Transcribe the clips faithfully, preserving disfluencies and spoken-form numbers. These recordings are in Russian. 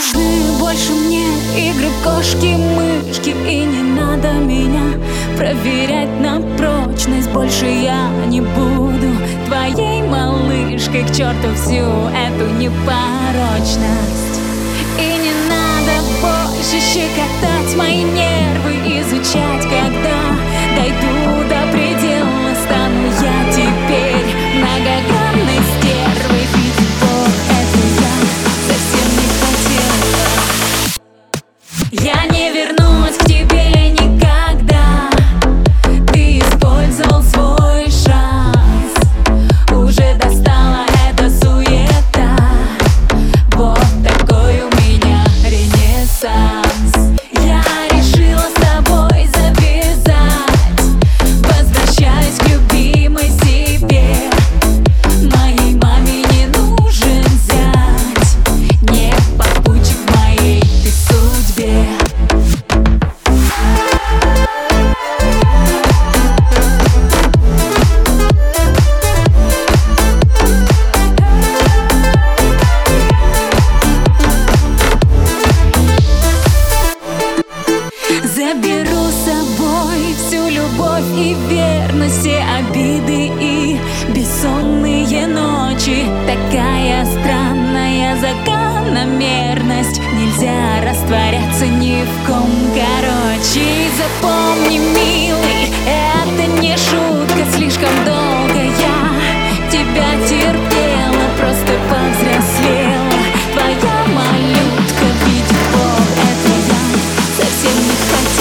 нужны больше мне игры в кошки-мышки. И не надо меня проверять на прочность. Больше я не буду твоей малышкой. К черту всю эту непорочность. И не надо больше щекотать мои нервы, изучать, когда дойду до предела. Стану я теперь многогранной стервой. Видит Бог, это я совсем не хотела. Я не вернусь к тебе никогда. Ты использовал свой шанс. Уже достала эта суета. Вот такой у меня ренессанс. Я решила с тобой завязать. Возвращаюсь к любимой себе. Моей маме не нужен зять. Не попутчик моей ты судьбе. Заберу с собой всю любовь и верность, все обиды и бессонные ночи. Такая странная закономерность. Нельзя растворяться ни в ком, короче. И запомни, милый, это не шутка. Слишком долго я тебя терпела, просто повзрослела. Твоя малютка, видит Бог, это я совсем не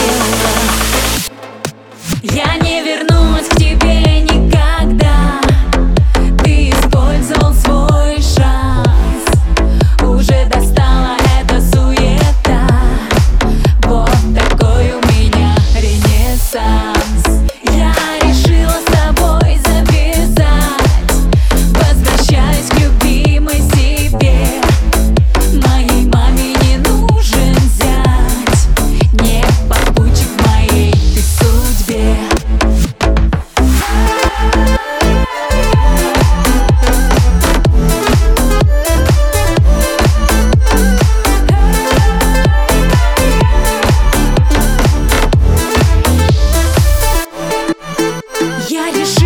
хотела. Я не вернусь к тебе никогда. Ты использовал свой шанс. Уже достала эта суета. Вот такой у меня ренессанс. Я решила с тобой завязать. Возвращаюсь к любимой себе. Моей маме не нужен зять. Не попутчик моей ты судьбе. Я решила